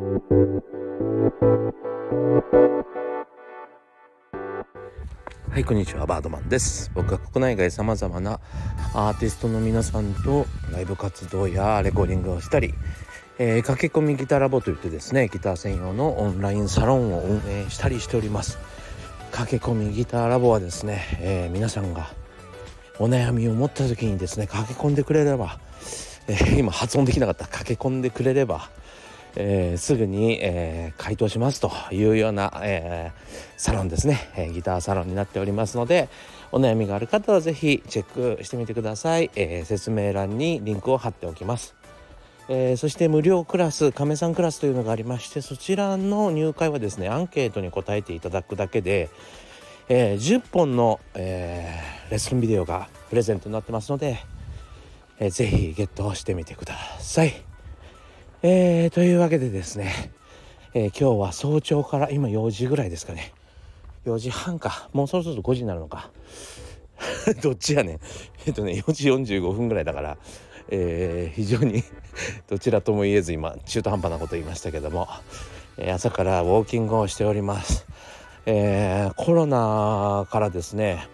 はい、こんにちは、バードマンです。僕は国内外さまざまなアーティストの皆さんとライブ活動やレコーディングをしたり、駆け込みギターラボといってですね、ギター専用のオンラインサロンを運営したりしております。駆け込みギターラボはですね、皆さんがお悩みを持った時にですね、駆け込んでくれれば、今発音できなかった、駆け込んでくれればすぐに、回答しますというような、サロンですね、ギターサロンになっておりますので、お悩みがある方はぜひチェックしてみてください。説明欄にリンクを貼っておきます。そして無料クラス、亀さんクラスというのがありまして、そちらの入会はですね、アンケートに答えていただくだけで、10本の、レッスンビデオがプレゼントになってますので、ぜひゲットしてみてください。というわけでですね、今日は早朝から今4時ぐらいですかね、4時半か、もうそろそろ5時になるのかどっちやねん4時45分ぐらいだから、非常にどちらとも言えず今中途半端なこと言いましたけども、朝からウォーキングをしております。コロナからですね、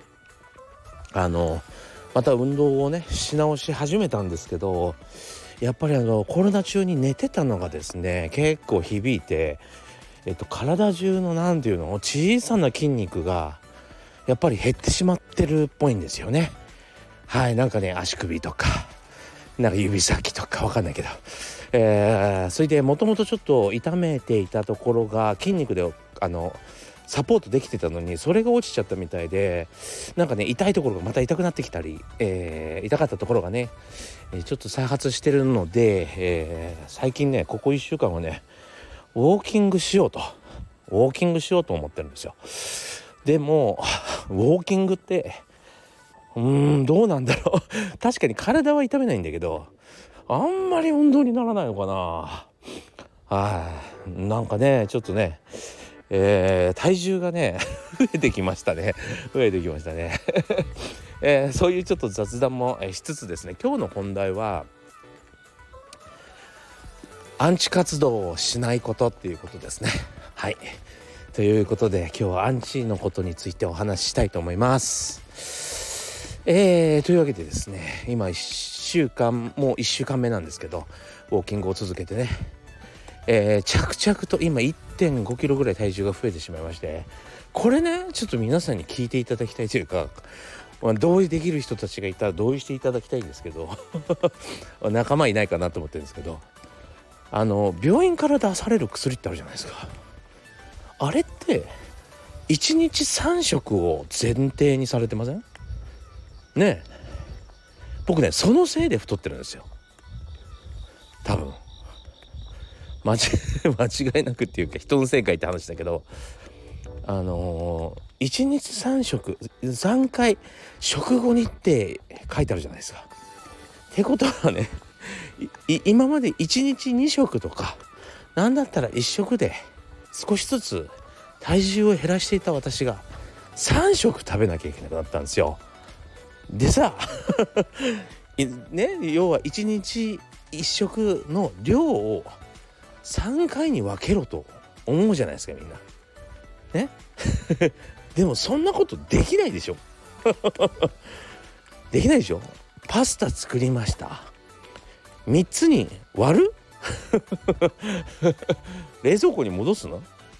また運動をねし直し始めたんですけど、やっぱりコロナ中に寝てたのがですね結構響いて、体中のなんていうの小さな筋肉がやっぱり減ってしまってるっぽいんですよね。はい、なんかね、足首とかなんか指先とかわかんないけど、それでもともとちょっと痛めていたところが筋肉でサポートできてたのに、それが落ちちゃったみたいで、なんかね痛いところがまた痛くなってきたり、痛かったところがね、ちょっと再発してるので、最近ねここ1週間はねウォーキングしようと思ってるんですよ。でもウォーキングってどうなんだろう確かに体は痛めないんだけど、あんまり運動にならないのかな。なんかねちょっとね、体重がね増えてきましたねそういうちょっと雑談もしつつですね、今日の本題はアンチ活動をしないことっていうことですね。はい、ということで今日はアンチのことについてお話ししたいと思います。というわけでですね、今もう1週間目なんですけど、ウォーキングを続けてね、着々と今 1.5 キロぐらい体重が増えてしまいまして、これねちょっと皆さんに聞いていただきたいというか、同意できる人たちがいたら同意していただきたいんですけど仲間いないかなと思ってるんですけど、病院から出される薬ってあるじゃないですか。あれって1日3食を前提にされてませんね。僕ねそのせいで太ってるんですよ、多分。間違いなくっていうか人のせいかいって話だけど、1日3食3回食後にって書いてあるじゃないですか。ってことはね、今まで1日2食とかなんだったら1食で少しずつ体重を減らしていた私が3食食べなきゃいけなくなったんですよ。でさね、要は1日1食の量を3回に分けろと思うじゃないですか、みんなねでもそんなことできないでしょできないでしょ。パスタ作りました、3つに割る冷蔵庫に戻すの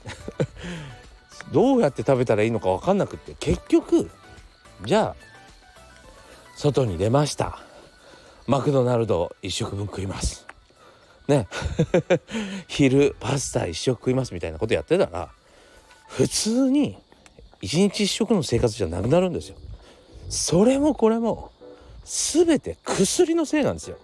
どうやって食べたらいいのか分かんなくって、結局じゃあ外に出ました、マクドナルド1食分食いますね昼パスタ1食食いますみたいなことやってたら、普通に1日1食の生活じゃなくなるんですよ。それもこれも全て薬のせいなんですよ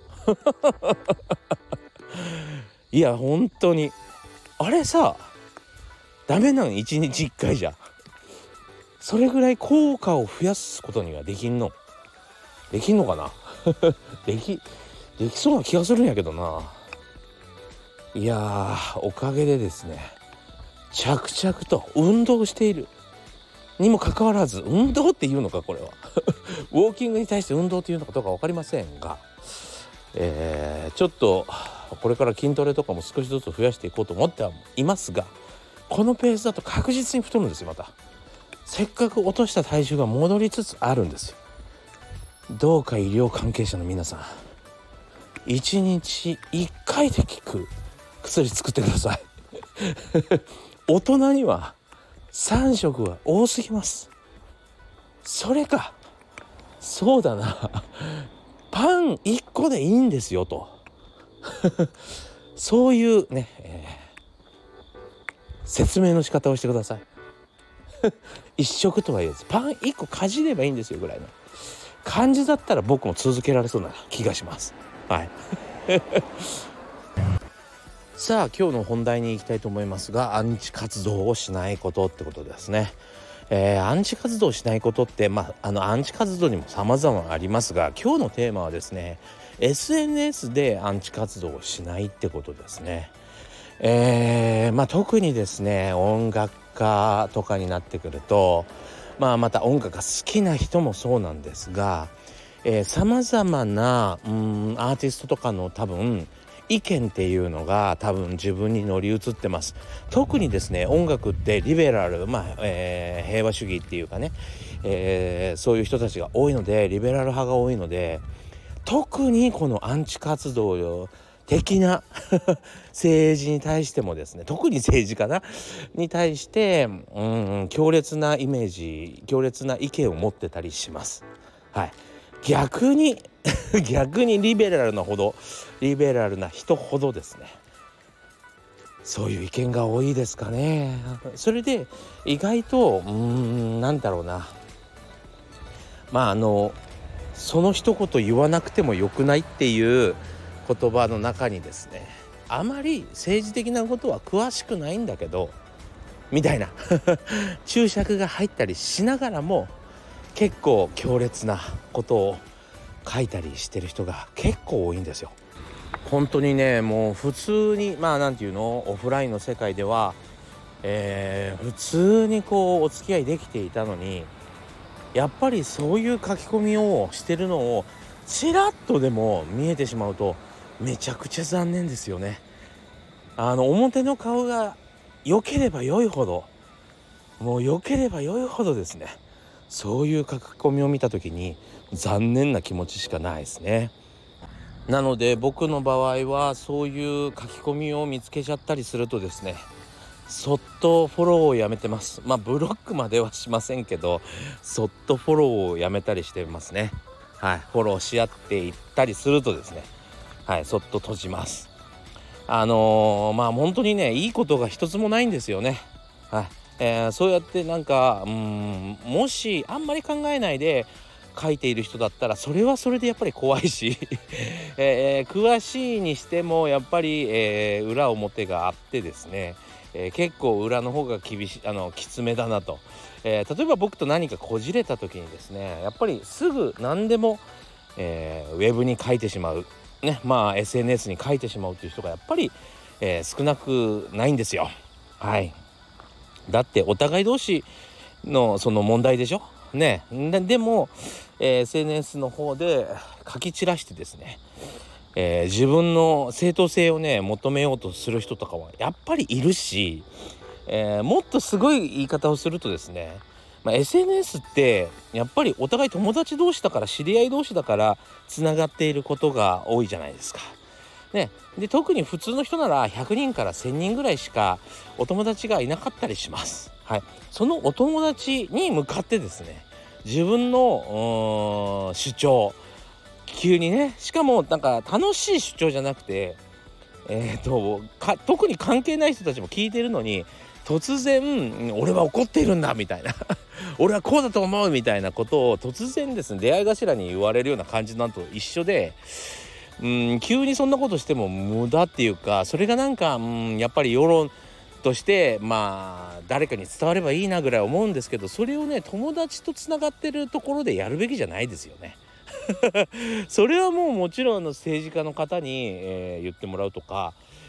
いや本当にあれさ、ダメなの1日1回じゃ。それぐらい効果を増やすことにはできんのかなできそうな気がするんやけどな。いやー、おかげでですね、着々と運動しているにもかかわらず、運動っていうのかこれはウォーキングに対して運動っていうのかどうか分かりませんが、ちょっとこれから筋トレとかも少しずつ増やしていこうと思ってはいますが、このペースだと確実に太るんですよ。またせっかく落とした体重が戻りつつあるんですよ。どうか医療関係者の皆さん、1日1回で効く薬作ってください大人には3食は多すぎます。それか、そうだな、パン1個でいいんですよとそういうね、説明の仕方をしてください1食とはいえずパン1個かじればいいんですよぐらいの感じだったら僕も続けられそうな気がします。はいさあ今日の本題に行きたいと思いますが、アンチ活動をしないことってことですね。アンチ活動をしないことって、アンチ活動にも様々ありますが、今日のテーマはですね、 SNS でアンチ活動をしないってことですね。特にですね、音楽家とかになってくると、また音楽が好きな人もそうなんですが、様々なアーティストとかの多分意見っていうのが多分自分に乗り移ってます。特にですね、音楽ってリベラル、平和主義っていうかね、そういう人たちが多いので、リベラル派が多いので、特にこのアンチ活動的な政治に対してもですね、特に政治家に対して強烈なイメージ、強烈な意見を持ってたりします。はい、逆にリベラルな人ほどですね、そういう意見が多いですかね。それで意外となんだろうな、その一言言わなくてもよくないっていう言葉の中にですね、あまり政治的なことは詳しくないんだけどみたいな注釈が入ったりしながらも、結構強烈なことを書いたりしてる人が結構多いんですよ。本当にね、もう普通になんていうの、オフラインの世界では、普通にこうお付き合いできていたのに、やっぱりそういう書き込みをしてるのをちらっとでも見えてしまうとめちゃくちゃ残念ですよね。表の顔が良ければ良いほど、ですね、そういう書き込みを見た時に残念な気持ちしかないですね。なので僕の場合はそういう書き込みを見つけちゃったりするとですね、そっとフォローをやめてます。ブロックまではしませんけど、そっとフォローをやめたりしてますね。はい、フォローし合っていったりするとですね、はい、そっと閉じます。本当にね、いいことが一つもないんですよね。はい、そうやってもしあんまり考えないで書いている人だったら、それはそれでやっぱり怖いし、詳しいにしてもやっぱり、裏表があってですね、結構裏の方がきつめだなと、例えば僕と何かこじれた時にですね、やっぱりすぐ何でも、ウェブに書いてしまうね、SNS に書いてしまうという人がやっぱり、少なくないんですよ。はい、だってお互い同士のその問題でしょね。でも、SNS の方で書き散らしてですね、自分の正当性をね求めようとする人とかはやっぱりいるし、もっとすごい言い方をするとですね、SNS ってやっぱりお互い友達同士だから、知り合い同士だからつながっていることが多いじゃないですか。ね、で特に普通の人なら100人から1000人ぐらいしかお友達がいなかったりします。はい、そのお友達に向かってですね、自分の主張、急にね、しかもなんか楽しい主張じゃなくて、特に関係ない人たちも聞いてるのに、突然俺は怒っているんだみたいな俺はこうだと思うみたいなことを突然ですね、出会い頭に言われるような感じなんと一緒で、急にそんなことしても無駄っていうか、それがなんかやっぱり世論として誰かに伝わればいいなぐらい思うんですけど、それをね友達とつながってるところでやるべきじゃないですよねそれはもちろん政治家の方に、言ってもらうとか、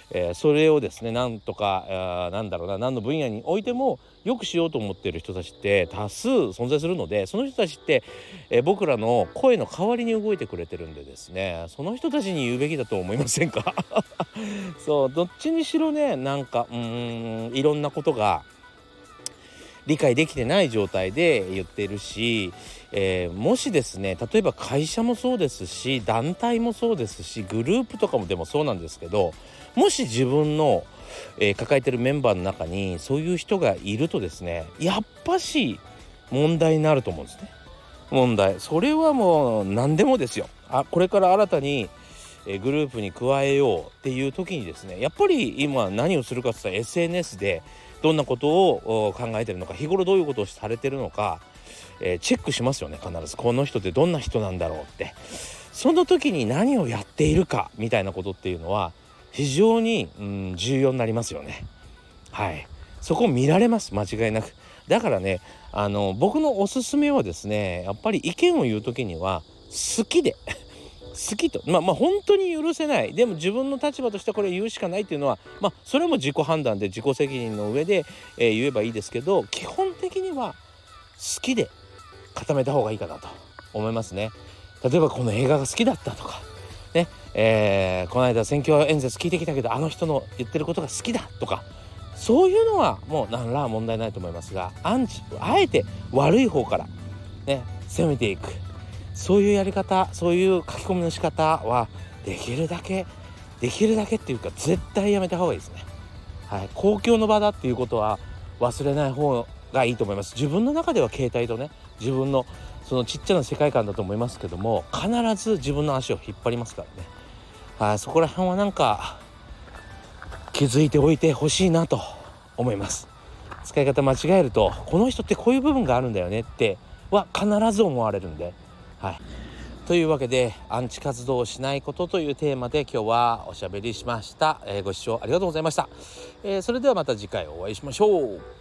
それをですねなんとかなんだろうな、何の分野においても良くしようと思っている人たちって多数存在するので、その人たちって、僕らの声の代わりに動いてくれてるんでですね、その人たちに言うべきだと思いませんか？そうどっちにしろね、なんかいろんなことが理解できてない状態で言っているし、もしですね、例えば会社もそうですし団体もそうですしグループとかもでもそうなんですけど、もし自分の、抱えてるメンバーの中にそういう人がいるとですね、やっぱし問題になると思うんですね。問題、それはもう何でもですよ。これから新たにグループに加えようっていう時にですね、やっぱり今何をするかって言ったら SNS でどんなことを考えてるのか、日頃どういうことをされてるのか、チェックしますよね。必ずこの人ってどんな人なんだろうって、その時に何をやっているかみたいなことっていうのは非常に、重要になりますよね。はい、そこを見られます、間違いなく。だからね、僕のおすすめはですね、やっぱり意見を言う時には好きで好きと本当に許せない、でも自分の立場としてこれ言うしかないっていうのは、それも自己判断で自己責任の上で、言えばいいですけど、基本的には好きで固めた方がいいかなと思いますね。例えばこの映画が好きだったとかね、この間選挙演説聞いてきたけどあの人の言ってることが好きだとか、そういうのはもう何ら問題ないと思いますが、あえて悪い方からね攻めていく、そういうやり方、そういう書き込みの仕方はできるだけっていうか絶対やめた方がいいですね。はい、公共の場だっていうことは忘れない方がいいと思います。自分の中では携帯とね、自分のそのちっちゃな世界観だと思いますけども、必ず自分の足を引っ張りますからね。はい、そこら辺はなんか気づいておいてほしいなと思います。使い方間違えると、この人ってこういう部分があるんだよねっては必ず思われるんで、はい。というわけで、アンチ活動をしないことというテーマで今日はおしゃべりしました。ご視聴ありがとうございました。それではまた次回お会いしましょう。